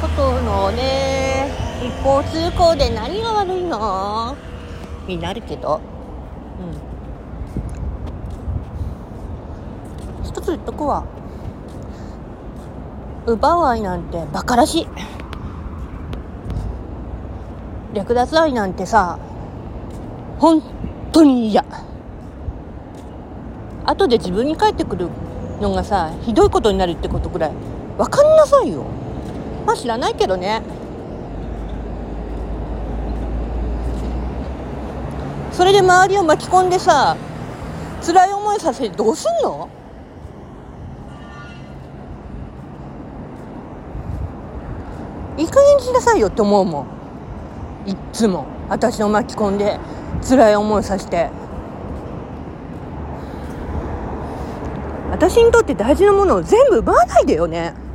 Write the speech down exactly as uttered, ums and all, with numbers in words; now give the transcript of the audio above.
外のね一方通行で何が悪いのになるけど、うん、一つ言っとくわ。奪う愛なんてバカらしい。略奪愛なんてさ、本当に嫌。後で自分に返ってくるのがさ、ひどいことになるってことぐらい分かんなさいよ。まあ知らないけどね。それで周りを巻き込んでさ、辛い思いさせてどうすんの？いい加減にしなさいよって思うもん。いっつも私を巻き込んで辛い思いさせて。私にとって大事なものを全部奪わないでよね。